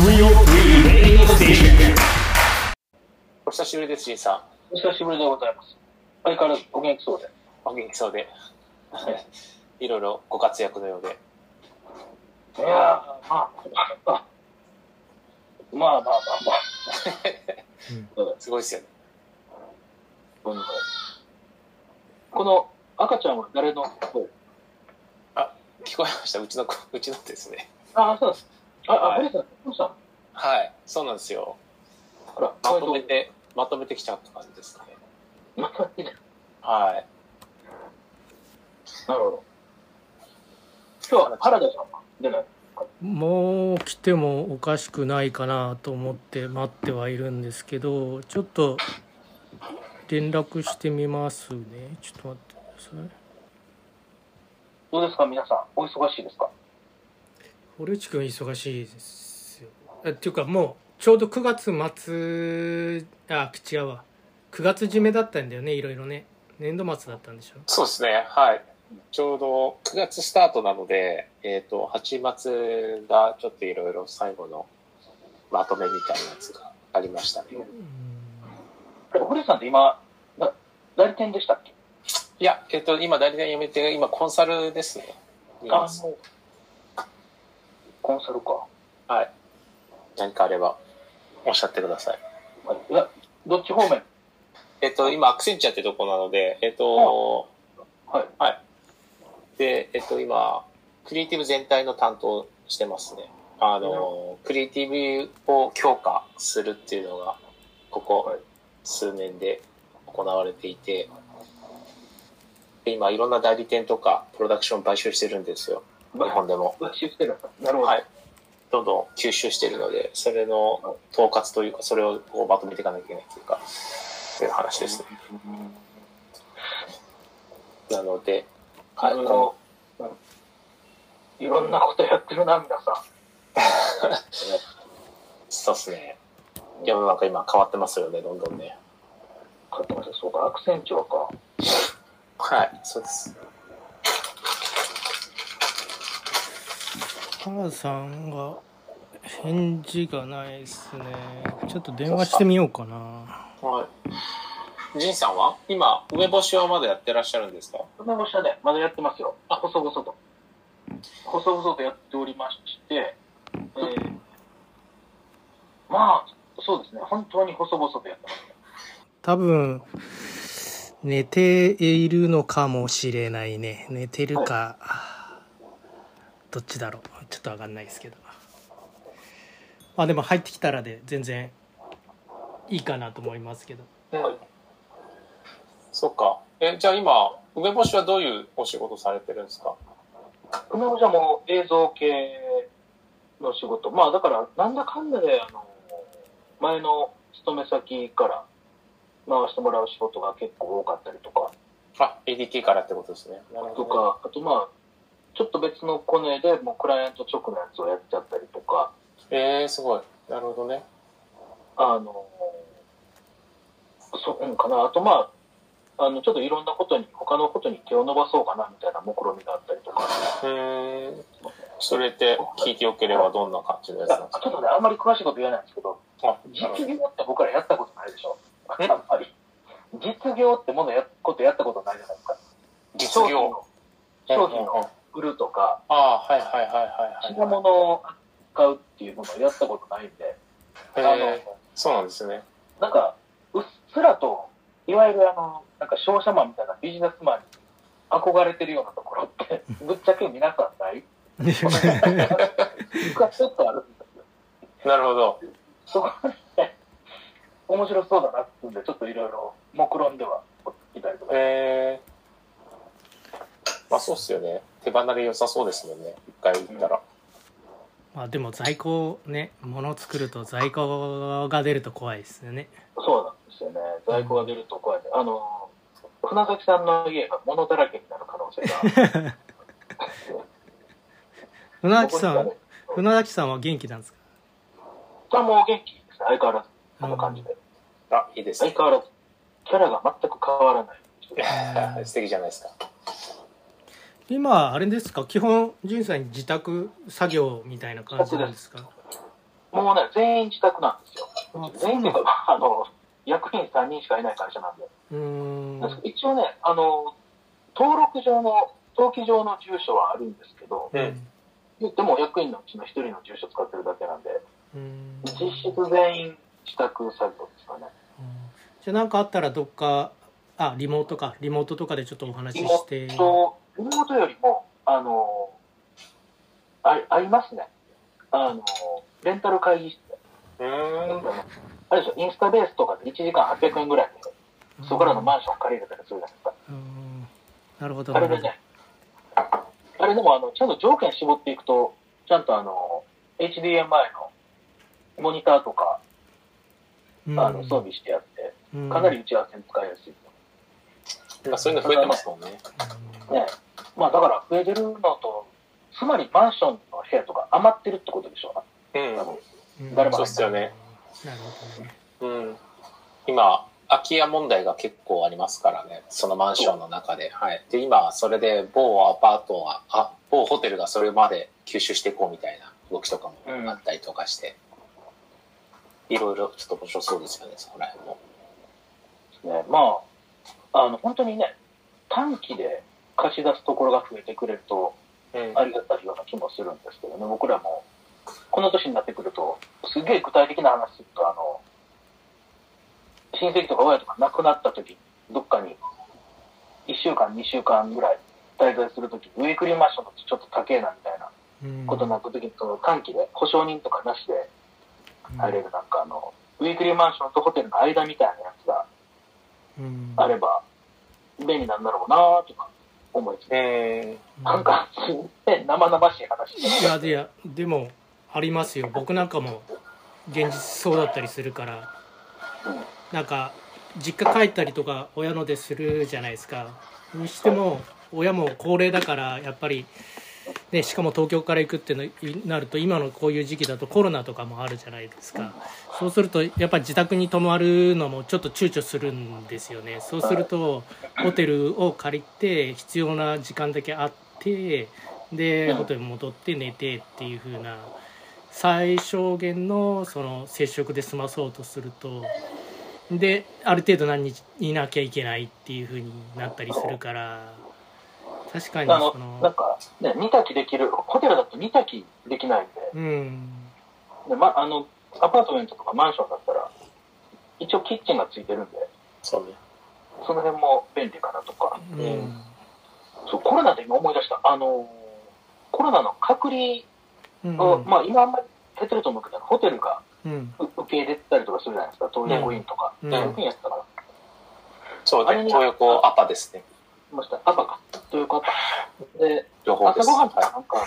お久しぶりです、仁さん。 お久しぶりでございます。相変わらずお元気そうで。 お元気そうで。いろいろご活躍のようで。 いやー、まあ。 すごいですよね。 この赤ちゃんは誰の声？ あ、聞こえました。うちのですね。 あ、そうです。 はい堀さん、どうしたの？ はい、そうなんですよ。 あら、 まとめてきちゃった感じですかね。 まとめて。 はい。 なるほど。今日は原田さんは出ない？ もう来てもおかしくないかなと思って待ってはいるんですけど、ちょっと連絡してみますね。ちょっと待ってください。 どうですか、皆さん、お忙しいですか？ 堀内くん忙しいですよ。っていうかもうちょうど9月末、違うわ。9月締めだったんだよね、いろいろね。年度末だったんでしょ。 そうですね。はい。ちょうど9月スタートなので、8月がちょっといろいろ最後のまとめみたいなやつがありましたね。 堀さんって今、代理店でしたっけ？ いや、今代理店辞めて、今コンサルですね。 コンサルか。 はい。何かあればおっしゃってください。 いや、どっち方面？ 今アクセンチャーってとこなので、 はい。 はい。で、今、クリエイティブ全体の担当してますね。クリエイティブを強化するっていうのが、ここ数年で行われていて、で今、いろんな代理店とか、プロダクション買収してるんですよ。日本でも。 買収してる。なるほど。 はい。どんどん吸収してるので、それの統括というか、それをこうまとめていかなきゃいけないというか、そういう話ですね。なので、 はい、いろんなことやってるな、皆さん。 そうっすね。世の中今変わってますよね、どんどんね。 変わってますよ。そうか、アクセンチュアか。 はい、そうです。 原さんが返事がないですね。ちょっと電話してみようかな。 はい。仁さんは今、梅干しはまだやってらっしゃるんですか？ 梅干しはね、まだやってますよ。細々とやっておりまして、まあ、そうですね。本当に細々とやってますね。 多分、寝ているのかもしれないね。寝てるか、どっちだろう。ちょっとわかんないですけど。まあでも入ってきたらで全然いいかなと思いますけど。 そっか。じゃあ今、梅干しはどういうお仕事されてるんですか？ 梅干しはもう映像系の仕事。まあだから、なんだかんだで、前の勤め先から回してもらう仕事が結構多かったりとか。 ADT からってことですね。なるほどね。 とか、あとまあ、ちょっと別のコネでもうクライアント直のやつをやっちゃったりとか。 すごい。なるほどね。 そうかな。あとまあ、ちょっといろんなことに、他のことに手を伸ばそうかなみたいな目論みがあったりとか。 それって聞いてよければどんな感じのやつなんですか？ ちょっとね、あんまり詳しいこと言えないんですけど、実業って僕らやったことないでしょ。あんまり。実業ってことやったことないじゃないですか。 実業。 商品を売るとか、品物を買うっていうものをやったことないんで、 そうなんですね。 なんか、うっすらと、いわゆるなんか商社マンみたいなビジネスマンに憧れてるようなところって、ぶっちゃけ皆さんない僕はちょっとあるんですよ。なるほど。そこで、面白そうだなってんで、ちょっといろいろ目論んではいたりとか。 まあそうっすよね。手離れ良さそうですもんね。一回行ったら。 まあでも在庫ね、物を作ると在庫が出ると怖いですよね。 そうなんですよね。在庫が出ると怖い。船崎さんの家が物だらけになる可能性が。 船崎さんは元気なんですか？ もう元気ですね。相変わらず。この感じで。 いいですね。 相変わらず。キャラが全く変わらない。 素敵じゃないですか。 今あれですか、基本仁さんに自宅作業みたいな感じなんですか？ もうね、全員自宅なんですよ。全員というか、役員3人しかいない会社なんで。一応ね、登記上の住所はあるんですけど、言っても役員のうちの1人の住所使ってるだけなんで、実質全員自宅サイトですかね。 じゃあ何かあったらどっか、リモートとかでちょっとお話しして。 リモートよりも、ありますね。レンタル会議室で。あれでしょ、インスタベースとかで1時間800円ぐらいで、そこからのマンション借りれたりするじゃないですか。 なるほど。 あれでね、あれでもちゃんと条件絞っていくと、ちゃんとHDMI のモニターとか、装備してやって、かなり打ち合わせに使いやすい。 そういうの増えてますもんね。 ね、まあだから増えてるのと、つまりマンションの部屋とか余ってるってことでしょうな。誰もそうですよね。 なるほどね。 今、空き家問題が結構ありますからね、そのマンションの中で。はい。で、今、それで某アパートが、某ホテルがそれまで吸収していこうみたいな動きとかもあったりとかして、いろいろちょっと面白そうですよね、そこら辺も。 ね、まあ、本当にね、短期で貸し出すところが増えてくれると、ありがたいような気もするんですけどね、僕らも、この年になってくると、すげえ具体的な話すると、親戚とか親とか亡くなった時に、どっかに1週間、2週間ぐらい滞在する時に、ウィークリーマンションのちょっと高えなみたいなことになった時に、その短期で保証人とかなしで入れる、なんかウィークリーマンションとホテルの間みたいなやつがあれば、便利なんだろうなとか思いつつ、なんか、生々しい話。 いや、でも、ありますよ。僕なんかも現実そうだったりするから、なんか実家帰ったりとか親のでするじゃないですか。にしても親も高齢だからやっぱりね、しかも東京から行くってなると今のこういう時期だとコロナとかもあるじゃないですか。そうするとやっぱり自宅に泊まるのもちょっと躊躇するんですよね。そうするとホテルを借りて必要な時間だけあってでホテルに戻って寝てっていう風な最小限のその接触で済まそうとするとである程度何日いなきゃいけないっていう風になったりするから確かになんかね煮炊きできるホテルだと煮炊きできないんで、でアパートメントとかマンションだったら一応キッチンがついてるんでそうね、 その辺も便利かなとか、そうコロナで今思い出したコロナの隔離を、まあ今あんまり減ってると思うけどホテルが受け入れたりとかするじゃないですか、東横インとか、東横インやったから、 そうね、東横アパですね。 アパか、東横アパで朝ごはんとかなんか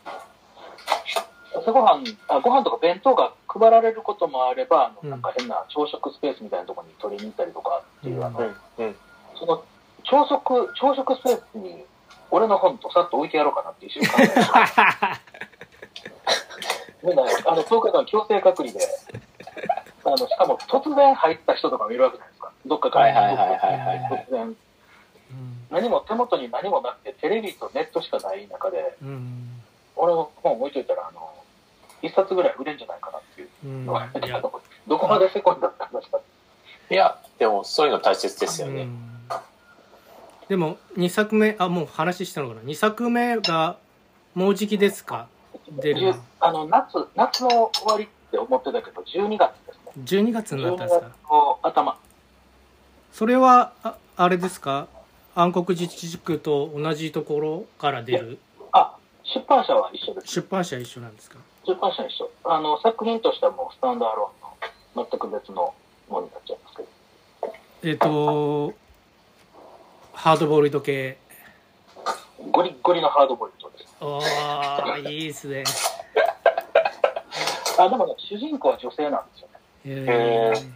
朝ごはんご飯とか弁当が配られることもあればなんか変な朝食スペースみたいなところに取りに行ったりとかっていうその朝食スペースに俺の本とさっと置いてやろうかなって一瞬考えて10日間強制隔離でしかも突然入った人とかもいるわけじゃないですか、どっかから突然手元に何もなくてテレビとネットしかない中で、俺の本置いといたら一冊ぐらい売れんじゃないかなっていうのが、どこまでせこいんだって話だ。 いやでもそういうの大切ですよね。 でも2作目もう話したのかな、2作目がもうじきですか、出る夏の終わりって思ってたけど12月ですね。 12月になったんですか。 12月の頭。 それはあれですか、暗黒自治区と同じところから出る。 出版社は一緒です。 出版社一緒なんですか。 出版社一緒。作品としてはもうスタンドアローンの全く別のものになっちゃいますけど。 ハードボイルド系。 ゴリゴリのハードボイルドです。 ああ、いいですね。 でもね、主人公は女性なんですよね。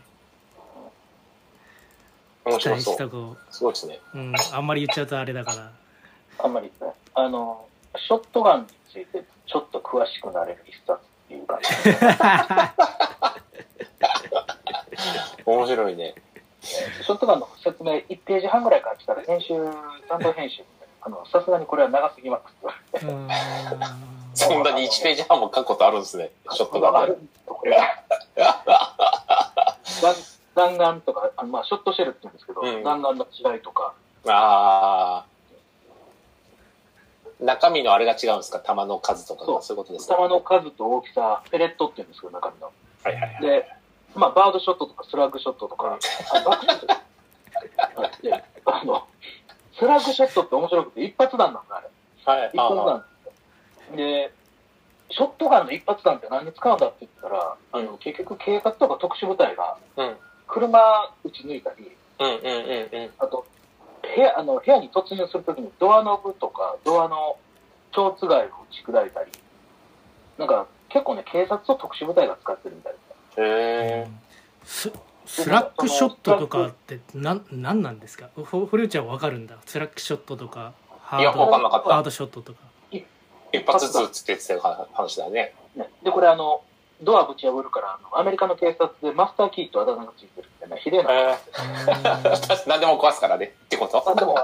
面白そう。すごいですね。 あんまり言っちゃうとあれだから。 あんまりですね。ショットガンについてちょっと詳しくなれる一冊っていう感じ。 面白いね。 ショットガンの説明1ページ半ぐらいから来たら担当編集さすがにこれは長すぎますって言われて。 そんなに1ページ半も書くことあるんですね、ショットガンで。 弾丸とか、まあ、ショットシェルって言うんですけど、弾丸の違いとか。 ああ。中身のあれが違うんですか？弾の数とかが、そういうことですか？ 弾の数と大きさ、ペレットって言うんですけど、中身の。 はいはいはい。 で、まあ、バードショットとかスラッグショットとか、バックショットあって、スラッグショットって面白くて、一発弾なんだ、あれ。はい。一発弾。で、ショットガンの一発弾って何に使うんだって言ったら、結局警察とか特殊部隊が、車撃ち抜いたり、あと、部屋に突入するときにドアノブとか、ドアの蝶つがいを打ち砕いたり、なんか結構ね、警察と特殊部隊が使ってるみたいです。 へー。スラッグショットとかって何なんですか？堀内は分かるんだ。スラッグショットとかハードショットとか。 一発ずつって言ってた話だね。 で、これドアぶち破るから、アメリカの警察でマスターキーとあだ名がついてるみたいな、ひでえな。 何でも壊すからねってこと？ 何でも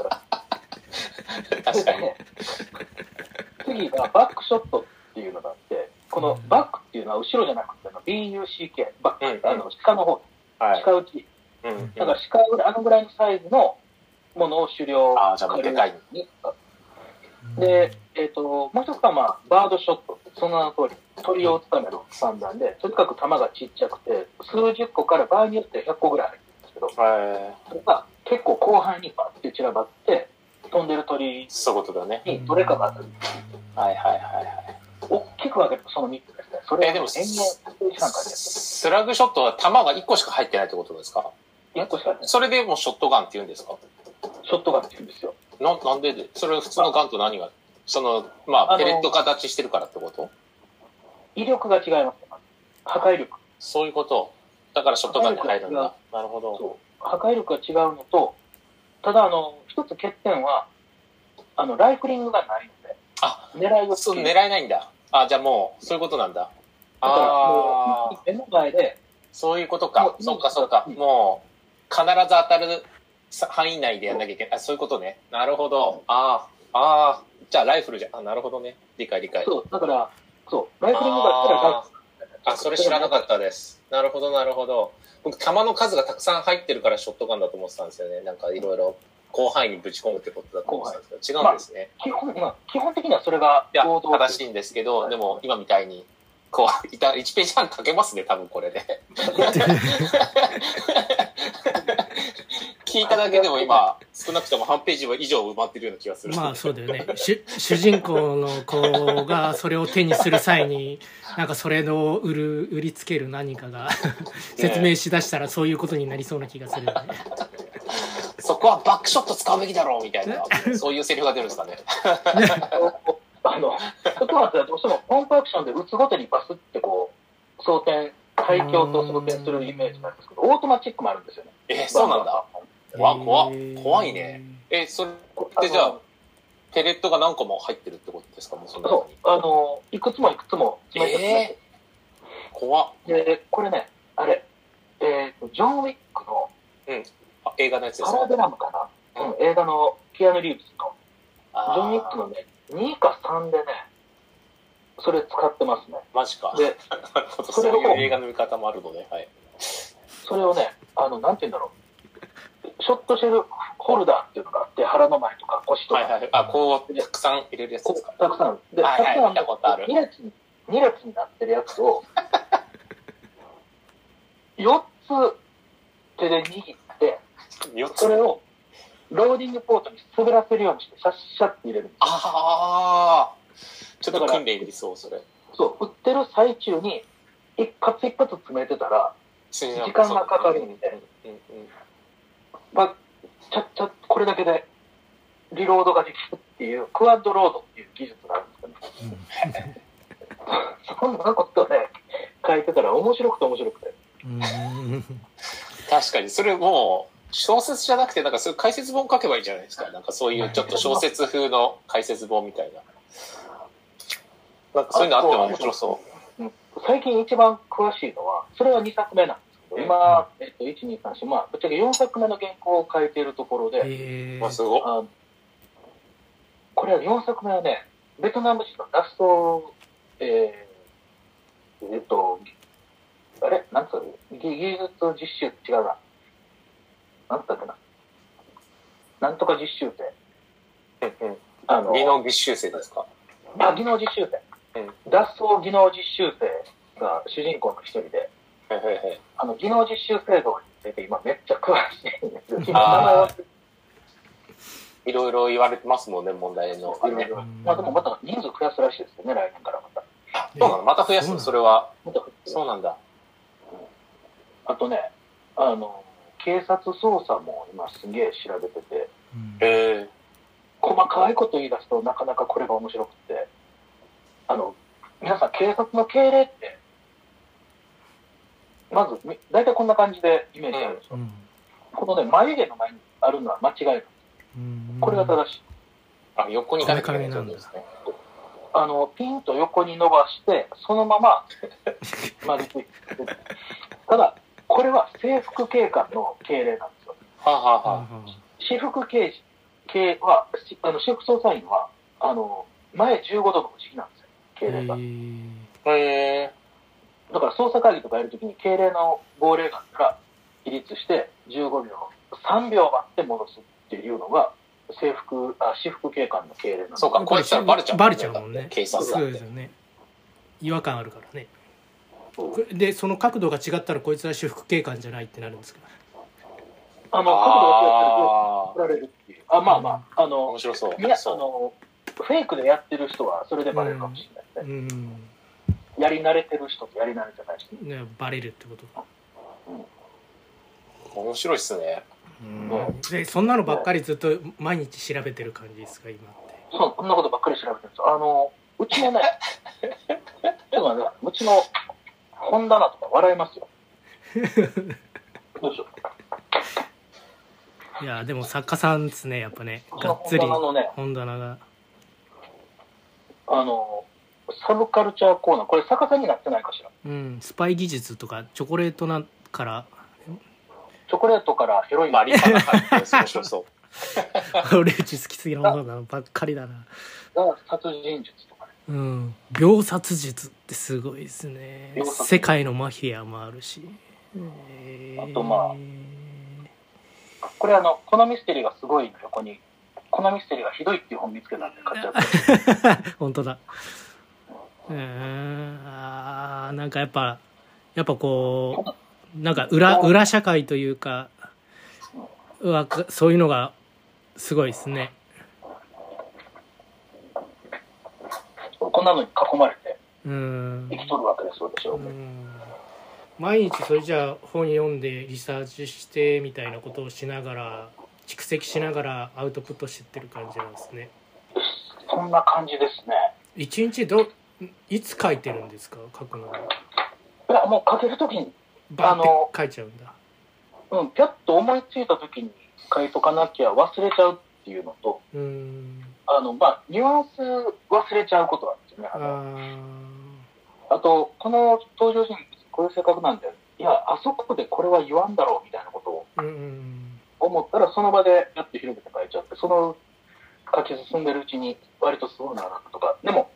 確かに。 次がバックショットっていうのがあって、このバックっていうのは後ろじゃなくて、BUCK、バック、下の方、下打ち。だから下ぐらいのサイズのものを狩猟じゃあもうでかい。 で、もう一つはまあ、バードショット。その名の通り、鳥をつかめる散弾で、とにかく弾がちっちゃくて、数十個から場合によって100個ぐらい入ってるんですけど、それが結構広範囲にバッて散らばって、飛んでる鳥にどれかが当たる。 はいはいはいはい。 大きく分けるとその3つですね。それはでもスラグショットは弾が1個しか入ってないってことですか？1個しか入ってない。それでもショットガンって言うんですか？ ショットガンって言うんですよ。 なんでそれ普通のガンと何がまあペレット形してるからってこと？ 威力が違います。破壊力。 そういうこと。だからショットガンに入るんだ。なるほど。 そう。破壊力が違うのと、ただ一つ欠点は、ライフリングがないので、狙いをつける。 狙えないんだ。じゃあもう、そういうことなんだ。だからもう、目の前で。 そういうことか。そうかそうか。もう、必ず当たる範囲内でやんなきゃいけない。そういうことね。なるほど。じゃあライフルじゃん。なるほどね。理解。 そう、だから、そう、ライフリングだったらそれ知らなかったです。なるほど。僕、弾の数がたくさん入ってるからショットガンだと思ってたんですよね。なんかいろいろ広範囲にぶち込むってことだと思ってたんですけど、違うんですね。 基本的にはそれが正しいんですけど、でも今みたいに、1ページ半書けますね、多分これで。聞いただけでも今、少なくとも半ページ以上埋まってるような気がする。 まあそうだよね。主人公の子がそれを手にする際に、なんかそれの売りつける何かが説明しだしたらそういうことになりそうな気がするよね。 そこはバックショット使うべきだろうみたいな、そういうセリフが出るんですかね。 ちょっと待って、どうしてもポンプアクションで撃つごとにバスって装填、対響と装填するイメージなんですけど、オートマチックもあるんですよね。 そうなんだ。怖いね。それってじゃあ、ペレットが何個も入ってるってことですか？もうその中に。いくつも詰めて怖っ。 で、これね、ジョン・ウィックの、 映画のやつですパラデラムかな、映画のキアヌ・リーブスの、ジョン・ウィックのね、2か3でね、それ使ってますね。 マジか。 で、 そういう映画の見方もあるのね。はい。 それをね、なんて言うんだろう。ショットシェルホルダーっていうのがあって、腹の前とか腰とか。 こう、たくさん入れるやつですか？ たくさん。で、たくさん2列になってるやつを、4つ手で握って、それをローディングポートに滑らせるようにして、シャッシャッって入れるんですよ。 ちょっと訓練に理想、それ。 そう、撃ってる最中に、一発詰めてたら、時間がかかるみたいな。これだけでリロードができるっていう、クワッドロードっていう技術があるんですけど、そんなことね、書いてたら面白くて。 確かに、それもう、小説じゃなくて、なんかそういう解説本書けばいいじゃないですか。なんかそういうちょっと小説風の解説本みたいな。なんかそういうのあっても面白そう。 最近一番詳しいのは、それは2作目なんですけど、今、1、2、3、4、ぶっちゃけ4作目の原稿を書いているところで、 すごい。 これは4作目はね、ベトナム人のラスト、 技術実習、違うな。なんだっけな。なんとか実習生。 技能実習生ですか？ 技能実習生。脱走技能実習生が主人公の一人で、技能実習制度について今めっちゃ詳しいんですよ。 いろいろ言われてますもんね、問題の。 まあでもまた人数増やすらしいですよね、来年からまた。 そうなの？また増やすの？それは。そうなんだ。 あとね、警察捜査も今すげえ調べてて、細かいこと言い出すとなかなかこれが面白くって、皆さん警察の敬礼って、まず大体こんな感じでイメージあるんですよ。このね、眉毛の前にあるのは間違いない。これが正しい。 横に行かなきゃいけないんですね。 ピンと横に伸ばして、そのまま丸くいく。ただ、これは制服警官の敬礼なんですよ。私服警視系は、私服捜査員は、前15度の時期なんですよ、敬礼が。だから捜査会議とかやるときに敬礼の号令があったら、起立して15秒、3秒待って戻すっていうのが、私服警官の敬礼なんです。 そうか、こうやったらバレちゃうもんね。 警察だって。 そうですよね。違和感あるからね。で、その角度が違ったらこいつは私服警官じゃないってなるんですか？ 角度が違ったら取られるっていう。 面白そう。 フェイクでやってる人はそれでバレるかもしれないですね。やり慣れてる人とやり慣れてない人。 ね、バレるってことか。 面白いっすね。 で、そんなのばっかりずっと毎日調べてる感じですか、今って？ そう、こんなことばっかり調べてるんですよ。うちのね、うちの本棚とか笑いますよ。どうしよう。いや、でも作家さんですね、やっぱね。がっつり本棚が。 サブカルチャーコーナー、これ逆さになってないかしら。 スパイ技術とかチョコレートからヘロイン。 まあ、立派な感じです。面白そう。 俺うち好きすぎるものばっかりだな。 殺人術とかね。秒殺術ってすごいですね。世界のマフィアもあるし。 あとこれこのミステリーがすごいの横に、このミステリーがひどいっていう本見つけたんで買っちゃった。 本当だ。なんかやっぱこうなんか裏社会というかそういうのがすごいですね。 こんなのに囲まれて生きとるわけですよ、私は。 毎日それじゃあ本読んでリサーチしてみたいなことをしながら蓄積しながらアウトプットしてってる感じなんですね。 そんな感じですね。 一日いつ書いてるんですか？書くのは。 いや、もう書けるときにバーって書いちゃうんだ。 ピャッと思いついたときに書いとかなきゃ忘れちゃうっていうのと、ニュアンス忘れちゃうことなんですよね。あと、この登場人物、こういう性格なんで、いや、あそこでこれは言わんだろうみたいなことを思ったら、その場でやって広げて書いちゃって、その書き進んでるうちに割とすごいなとか、でも、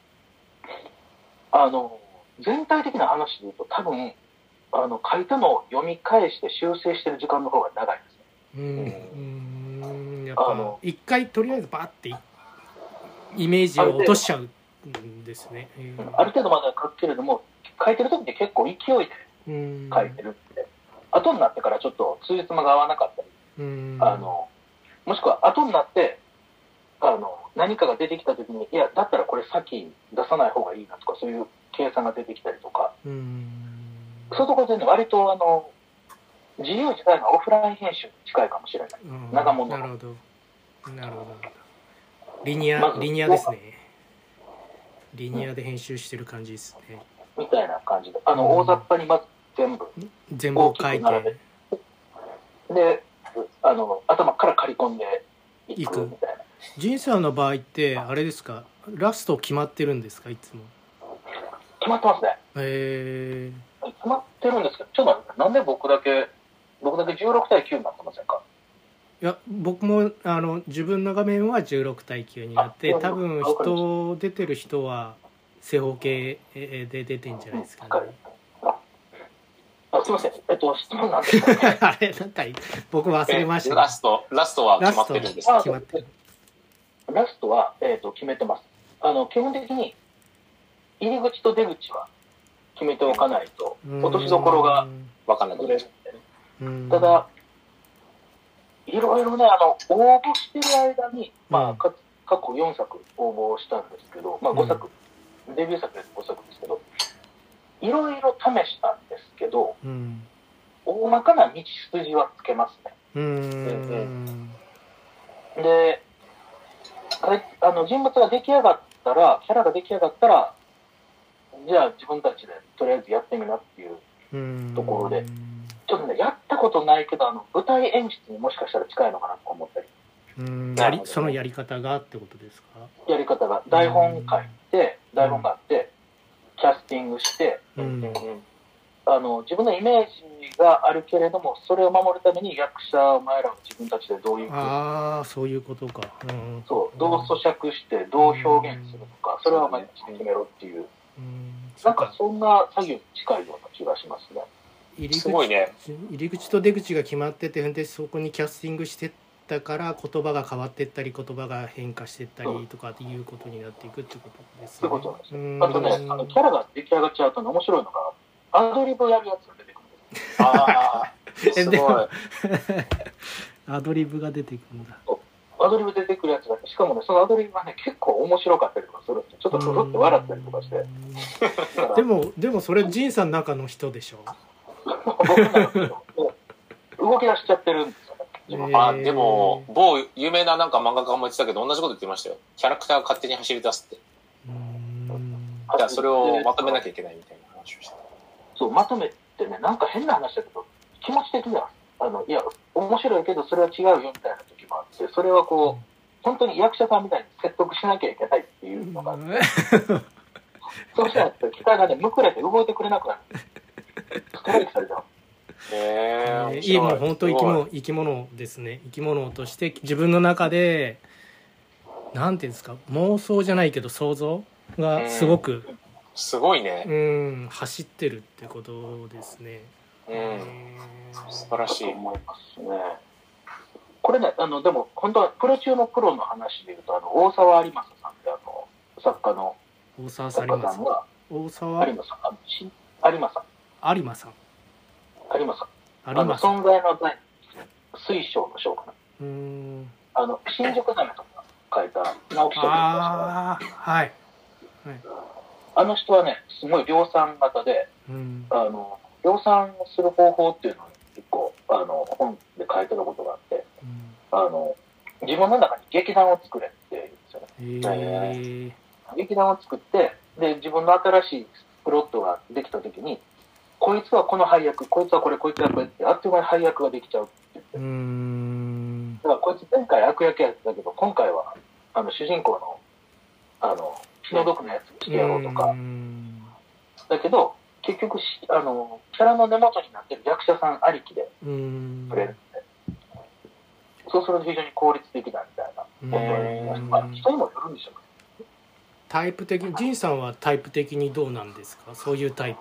全体的な話で言うと多分、書いたのを読み返して修正してる時間の方が長いですね。 やっぱ一回とりあえずバーってイメージを落としちゃうんですね。 ある程度までは書くけれども、書いてる時って結構勢いで書いてるんで、後になってからちょっとつじつまが合わなかったり、もしくは後になって何かが出てきた時に、いやだったらこれ先出さない方がいいなとか、そういう計算が出てきたりとか、そういうところでね、割と自由自在なオフライン編集に近いかもしれない。長物の。 なるほど。リニアですね。リニアで編集してる感じですね。 みたいな感じで、大雑把にまず全部書いて、 で頭から刈り込んでいくみたいな。 仁さんの場合ってあれですか、ラスト決まってるんですか？いつも決まってますね。決まってるんですけど、ちょっとなんで僕だけ16対9になってませんか？ いや、僕も自分の画面は16対9になって、多分出てる人は正方形で出てんじゃないですかね。 すいません。質問なんですけどね。 あれ、なんか、僕忘れました、 ラストは決まってるんですか？ 決まってる。 ラストは、決めてます。基本的に、入り口と出口は決めておかないと、落としどころがわかんないずれるんでね。ただ、いろいろね、応募してる間に、まあ、過去4作応募したんですけど、まあ5作、デビュー作で5作ですけど、いろいろ試したんですけど、大まかな道筋はつけますね。で、人物が出来上がったら、キャラが出来上がったら、じゃあ自分たちでとりあえずやってみなっていうところで、ちょっとね、やったことないけど、舞台演出にもしかしたら近いのかなと思ったり。 そのやり方がってことですか？ やり方が、台本書いて、台本があって、キャスティングして、自分のイメージがあるけれども、それを守るために役者、お前らは自分たちでどういうああ、そういうことか。 そう、どう咀嚼して、どう表現するのか、それはお前たちで決めろっていう、なんかそんな作業に近いような気がしますね。 すごいね。 入り口と出口が決まってて、でそこにキャスティングしてったから言葉が変わってったり、言葉が変化してったりとかっていうことになっていくってことですね。 そういうことなんですよ。あとね、キャラが出来上がっちゃうと面白いのが、アドリブやるやつが出てくるんです。 ああ、すごい。 アドリブが出てくるんだ。 アドリブ出てくるやつがあって、しかもね、そのアドリブがね、結構面白かったりとかするんで、ちょっとふふって笑ったりとかして。 でもそれ、仁さんの中の人でしょ？ 僕なんですけど、動き出しちゃってるんですよね。 でも、某有名ななんか漫画家も言ってたけど、同じこと言ってましたよ。キャラクターが勝手に走り出すって。じゃあそれをまとめなきゃいけないみたいな話をして。 そう、まとめてね、なんか変な話だけど、気持ち的には、いや、面白いけど、それは違うよみたいな時もあって、それはこう、本当に役者さんみたいに説得しなきゃいけないっていうのがあって、そうしないと機械がね、むくれて動いてくれなくなる。ストライクされちゃう。 いい、もう本当生き物ですね。生き物として自分の中でなんていうんですか、妄想じゃないけど想像がすごくすごいね。 走ってるってことですね。 素晴らしい。 思いますね。これね、でも本当はプロ中のプロの話でいうと、大沢有正さんって作家の大沢作家さんが大沢有馬さん有馬さん有馬さん有馬さん存在の在水晶の章かな。新宿ザメとか書いた直木賞はい、 あの人はね、すごい量産型で、量産する方法っていうのを結構本で書いてたことがあって、自分の中に劇団を作れって言うんですよね。劇団を作って、で自分の新しいプロットができた時に、こいつはこの配役、こいつはこれ、こいつはこれってあっという間に配役ができちゃうって言って、だからこいつ前回悪役やってたけど、今回は主人公の気の毒なやつにしてやろうとか、だけど結局キャラの根元になってる役者さんありきでくれるんで、そうすると非常に効率的だみたいなことを人にもよるんでしょうね。 タイプ的に、仁さんはタイプ的にどうなんですか？そういうタイプ？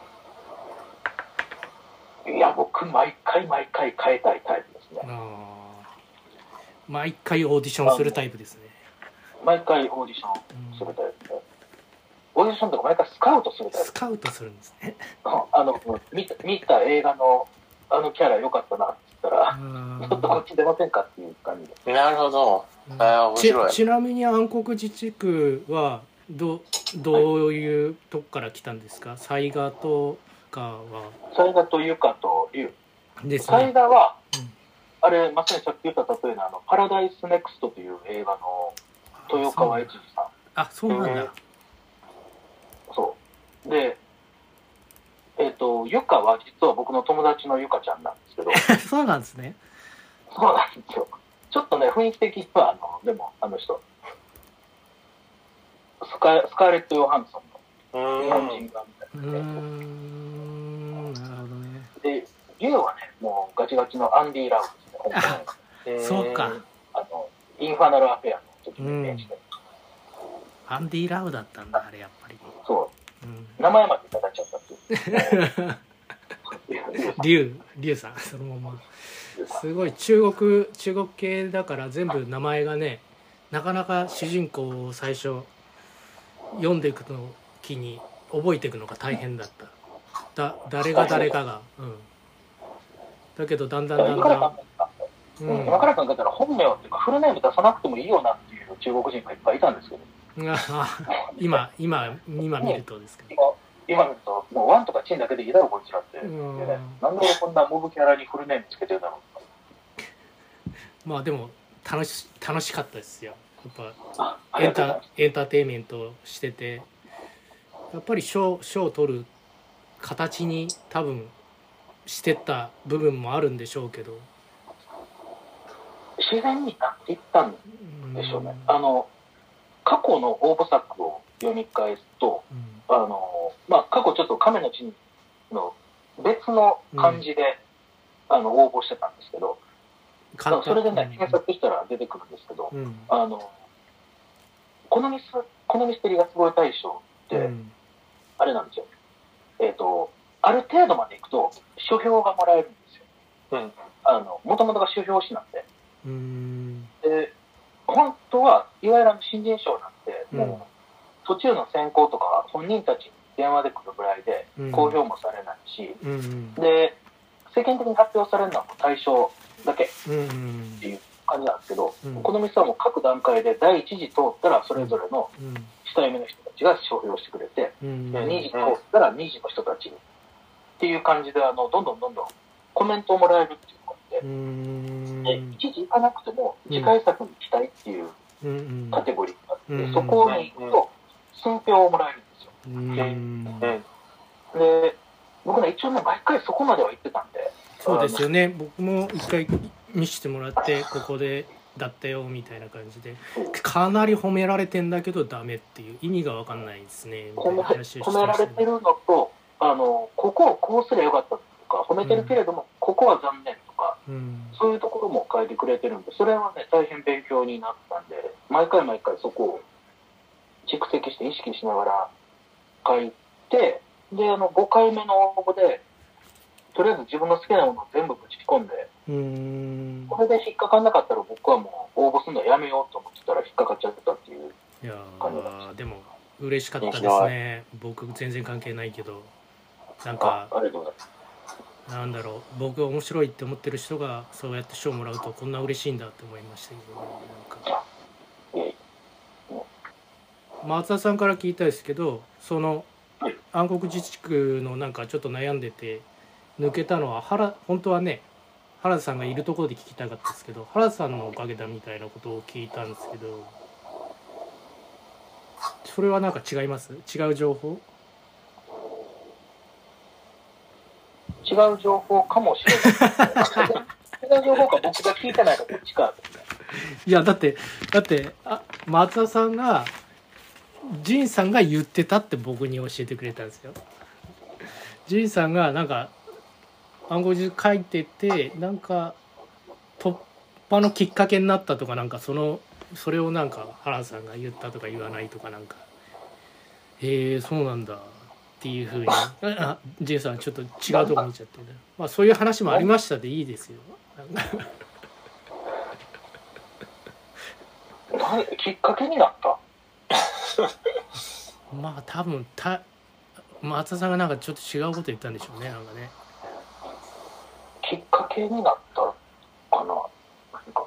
いや、僕毎回変えたいタイプですね。 毎回オーディションするタイプですね。 毎回オーディションするタイプで、オーディションとか毎回スカウトするタイプ。 スカウトするんですね。 見た映画のキャラ良かったなって言ったら、ちょっとこっち出ませんかっていう感じで。 なるほど。面白い。 ちなみに暗黒自治区はどういうとこから来たんですか？雑賀とかは。雑賀とゆかと龍ですね。 雑賀は、あれまさにさっき言った例えのパラダイスネクストという映画の豊川悦司さん。 あ、そうなんだ。 そうで、ゆかは実は僕の友達のゆかちゃんなんですけど。 そうなんですね。 そうなんですよ。ちょっとね、雰囲気的にはでも人スカーレット・ヨハンソンの日本人版みたいな。 なるほどね。 で、ユウはね、もうガチガチのアンディ・ラウですね。 そうか。 インファナル・アフェアの時のイメージで。 アンディ・ラウだったんだ、あれやっぱり。 そう。名前までいただいちゃったっていう。 龍さん、そのまま。すごい中国系だから全部名前がね、なかなか主人公を最初読んでいくの気に覚えていくのが大変だった。誰が誰かが、うん。だけどだんだん、 今から考えたら本名っていうかフルネーム出さなくてもいいよなっていう中国人がいっぱいいたんですけど。 今見るとですか。 今見るともうワンとかチンだけでいいだろこいつらって。なんで俺こんなモブキャラにフルネームつけてるだろう。 まあでも楽しかったですよ。やっぱエンターテインメントしてて、やっぱり賞を取る形に多分してった部分もあるんでしょうけど、 自然になっていったんでしょうね。過去の応募作を読み返すと、過去ちょっと亀の地の別の漢字で、応募してたんですけど、それでね、検索したら出てくるんですけど、このミステリーがすごい大賞って、あれなんですよ。ある程度までいくと、書評がもらえるんですよ。もともとが書評誌なんで。で、本当はいわゆる新人賞なんて、もう途中の選考とかは本人たちに電話で来るぐらいで公表もされないし、で世間的に発表されるのはもう対象だけっていう感じなんですけど、このミスはもう各段階で第1次通ったらそれぞれの下読みの人たちが商標してくれて、2次通ったら2次の人たちっていう感じでどんどんコメントをもらえるっていうのがあって、1次行かなくても次回作に期待っていうカテゴリーがあって、そこに行くと寸評をもらえるんですよ。で、僕ね、一応ね、毎回そこまでは行ってたんで。 そうですよね。僕も一回見せてもらって、ここでだったよみたいな感じで、かなり褒められてんだけどダメっていう意味が分かんないですね。みたいな話をしてましたね。 褒められてるのと、ここをこうすればよかったとか、褒めてるけれども、ここは残念とか、そういうところも書いてくれてるんで、それはね、大変勉強になったんで、毎回そこを蓄積して意識しながら書いて、で、5回目の応募で、とりあえず自分の好きなものを全部ぶち込んで、これで引っかかんなかったら僕はもう応募するのやめようと思ってたら引っかかっちゃってたっていう感じなんです。 でも嬉しかったですね。僕全然関係ないけど、なんか、 ありがとうございます。 なんだろう、僕が面白いって思ってる人がそうやって賞をもらうとこんな嬉しいんだって思いましたけど、なんか松田さんから聞いたんですけど、その暗黒自治区のなんかちょっと悩んでて抜けたのは本当はね原田さんがいるところで聞きたかったですけど、原田さんのおかげだみたいなことを聞いたんですけど、それはなんか違います？違う情報？ 違う情報かもしれない。違う情報か僕が聞いてないかどっちか。 いやだって松田さんが仁さんが言ってたって僕に教えてくれたんですよ。仁さんがなんか暗号字書いてて、なんか突破のきっかけになったとか、なんかそれをなんか原田さんが言ったとか言わないとか、なんかそうなんだっていうふうに仁さんちょっと違うとこ見ちゃって、まあそういう話もありましたでいいですよ。 きっかけになったまあ多分松田さんがなんかちょっと違うこと言ったんでしょうね、なんかね。 きっかけになったかな。なんか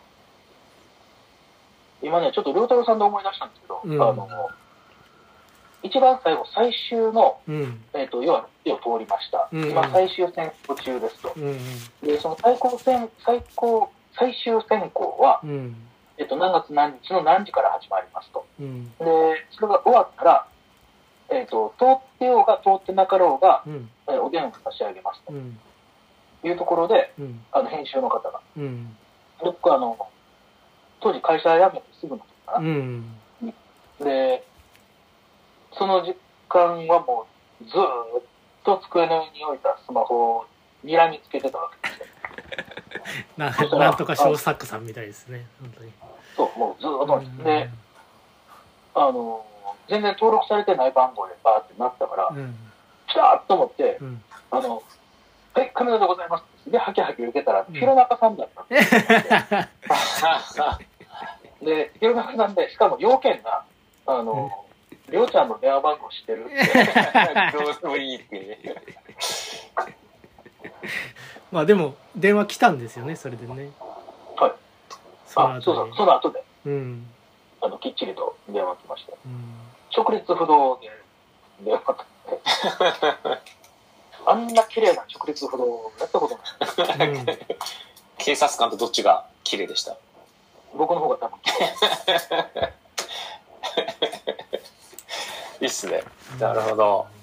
今ねちょっと亮太郎さんで思い出したんですけど、一番最後最終の、要は手を通りました、今最終選考中ですと、でその最終選考は、何月何日の何時から始まりますと、でそれが終わったら、通ってようが通ってなかろうが、お電話差し上げますと、いうところで、編集の方が、僕当時会社辞めてすぐの時かな、でその時間はもうずーっと机の上に置いたスマホを睨みつけてたわけですよ。 なんとか小作さんみたいですね、本当に。 そう、もうずーっとで、全然登録されてない番号でバーってなったから、来たーと思って、はい、 亀田でございます。で、ハキハキ受けたら、弘中さんだったんですよ。で、弘中さんで、しかも要件が、りょうちゃんの電話番号知ってるって。 どうでもいいってね。 まあでも電話来たんですよね、それでね。 はい。そうそう、その後で、 うん、 きっちりと電話来ました。 うん、 直立不動で電話かかって。あんな綺麗な直立不動やったことない。 うん、 警察官とどっちが綺麗でした？ 僕の方が多分綺麗。 いいっすね。なるほど。